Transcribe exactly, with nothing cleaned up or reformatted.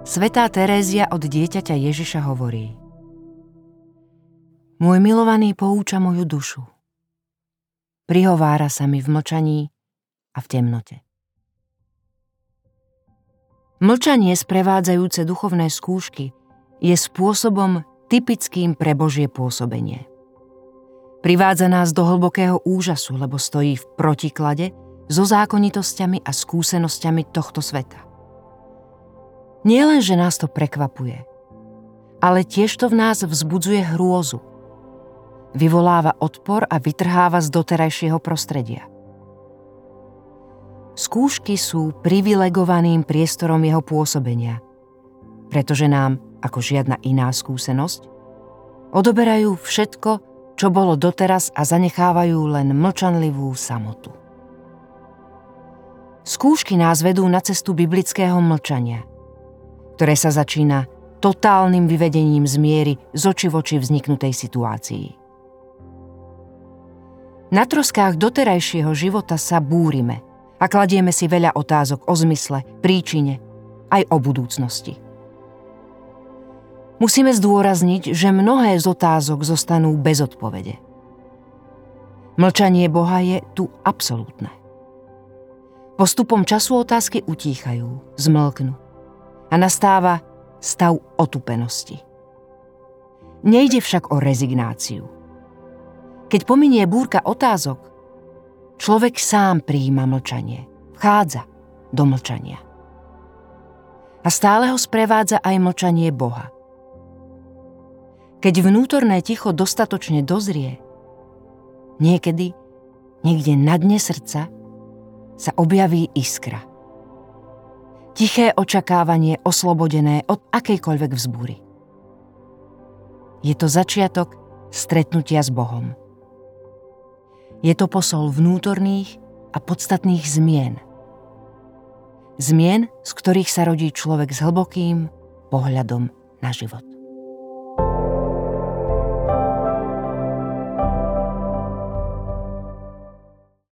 Svätá Terézia od dieťaťa Ježiša hovorí: Môj milovaný poúča moju dušu. Prihovára sa mi v mlčaní a v temnote. Mlčanie sprevádzajúce duchovné skúšky je spôsobom typickým pre Božie pôsobenie. Privádza nás do hlbokého úžasu, lebo stojí v protiklade so zákonitosťami a skúsenosťami tohto sveta. Nie len, že nás to prekvapuje, ale tiež to v nás vzbudzuje hrôzu. Vyvoláva odpor a vytrháva z doterajšieho prostredia. Skúšky sú privilegovaným priestorom jeho pôsobenia, pretože nám, ako žiadna iná skúsenosť, odoberajú všetko, čo bolo doteraz a zanechávajú len mlčanlivú samotu. Skúšky nás vedú na cestu biblického mlčania, ktoré sa začína totálnym vyvedením z miery z oči v oči vzniknutej situácii. Na troskách doterajšieho života sa búrime a kladieme si veľa otázok o zmysle, príčine, aj o budúcnosti. Musíme zdôrazniť, že mnohé z otázok zostanú bez odpovede. Mlčanie Boha je tu absolútne. Postupom času otázky utíchajú, zmlknú a nastáva stav otupenosti. Nejde však o rezignáciu. Keď pominie búrka otázok, človek sám prijíma mlčanie, vchádza do mlčania. A stále ho sprevádza aj mlčanie Boha. Keď vnútorné ticho dostatočne dozrie, niekedy, niekde na dne srdca, sa objaví iskra. Tiché očakávanie oslobodené od akejkoľvek vzbúry. Je to začiatok stretnutia s Bohom. Je to posol vnútorných a podstatných zmien. Zmien, z ktorých sa rodí človek s hlbokým pohľadom na život.